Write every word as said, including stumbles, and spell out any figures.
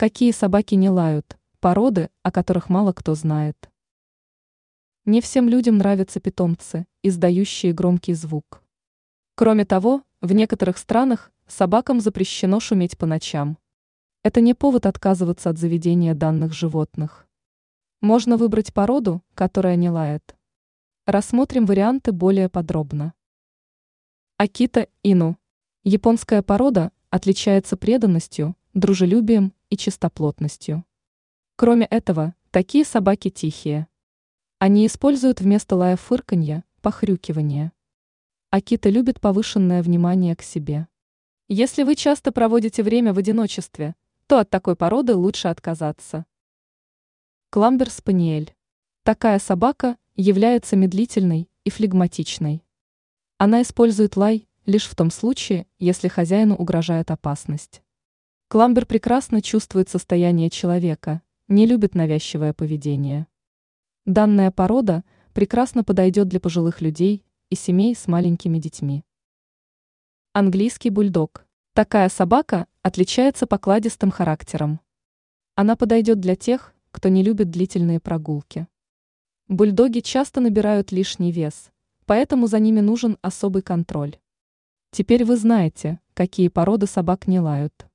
Какие собаки не лают? Породы, о которых мало кто знает. Не всем людям нравятся питомцы, издающие громкий звук. Кроме того, в некоторых странах собакам запрещено шуметь по ночам. Это не повод отказываться от заведения данных животных. Можно выбрать породу, которая не лает. Рассмотрим варианты более подробно. Акита Ину. Японская порода отличается преданностью, дружелюбием и чистоплотностью. Кроме этого, такие собаки тихие. Они используют вместо лая фырканье, похрюкивание. Акита любит повышенное внимание к себе. Если вы часто проводите время в одиночестве, то от такой породы лучше отказаться. Кламбер-спаниель. Такая собака является медлительной и флегматичной. Она использует лай лишь в том случае, если хозяину угрожает опасность. Кламбер прекрасно чувствует состояние человека, не любит навязчивое поведение. Данная порода прекрасно подойдет для пожилых людей и семей с маленькими детьми. Английский бульдог. Такая собака отличается покладистым характером. Она подойдет для тех, кто не любит длительные прогулки. Бульдоги часто набирают лишний вес, поэтому за ними нужен особый контроль. Теперь вы знаете, какие породы собак не лают.